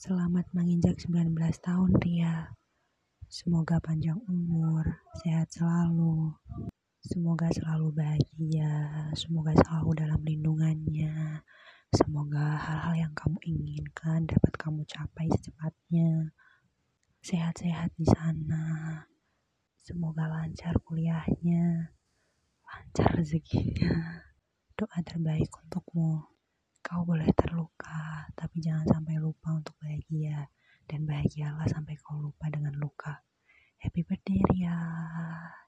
Selamat menginjak 19 tahun, Ria. Semoga panjang umur, sehat selalu. Semoga selalu bahagia, semoga selalu dalam lindungannya. Semoga hal-hal yang kamu inginkan dapat kamu capai secepatnya. Sehat-sehat di sana. Semoga lancar kuliahnya, lancar rezekinya. Doa terbaik untukmu. Kau boleh terluka, tapi jangan sampai lupa untuk bahagia. Dan bahagialah sampai kau lupa dengan luka. Happy birthday, Ria.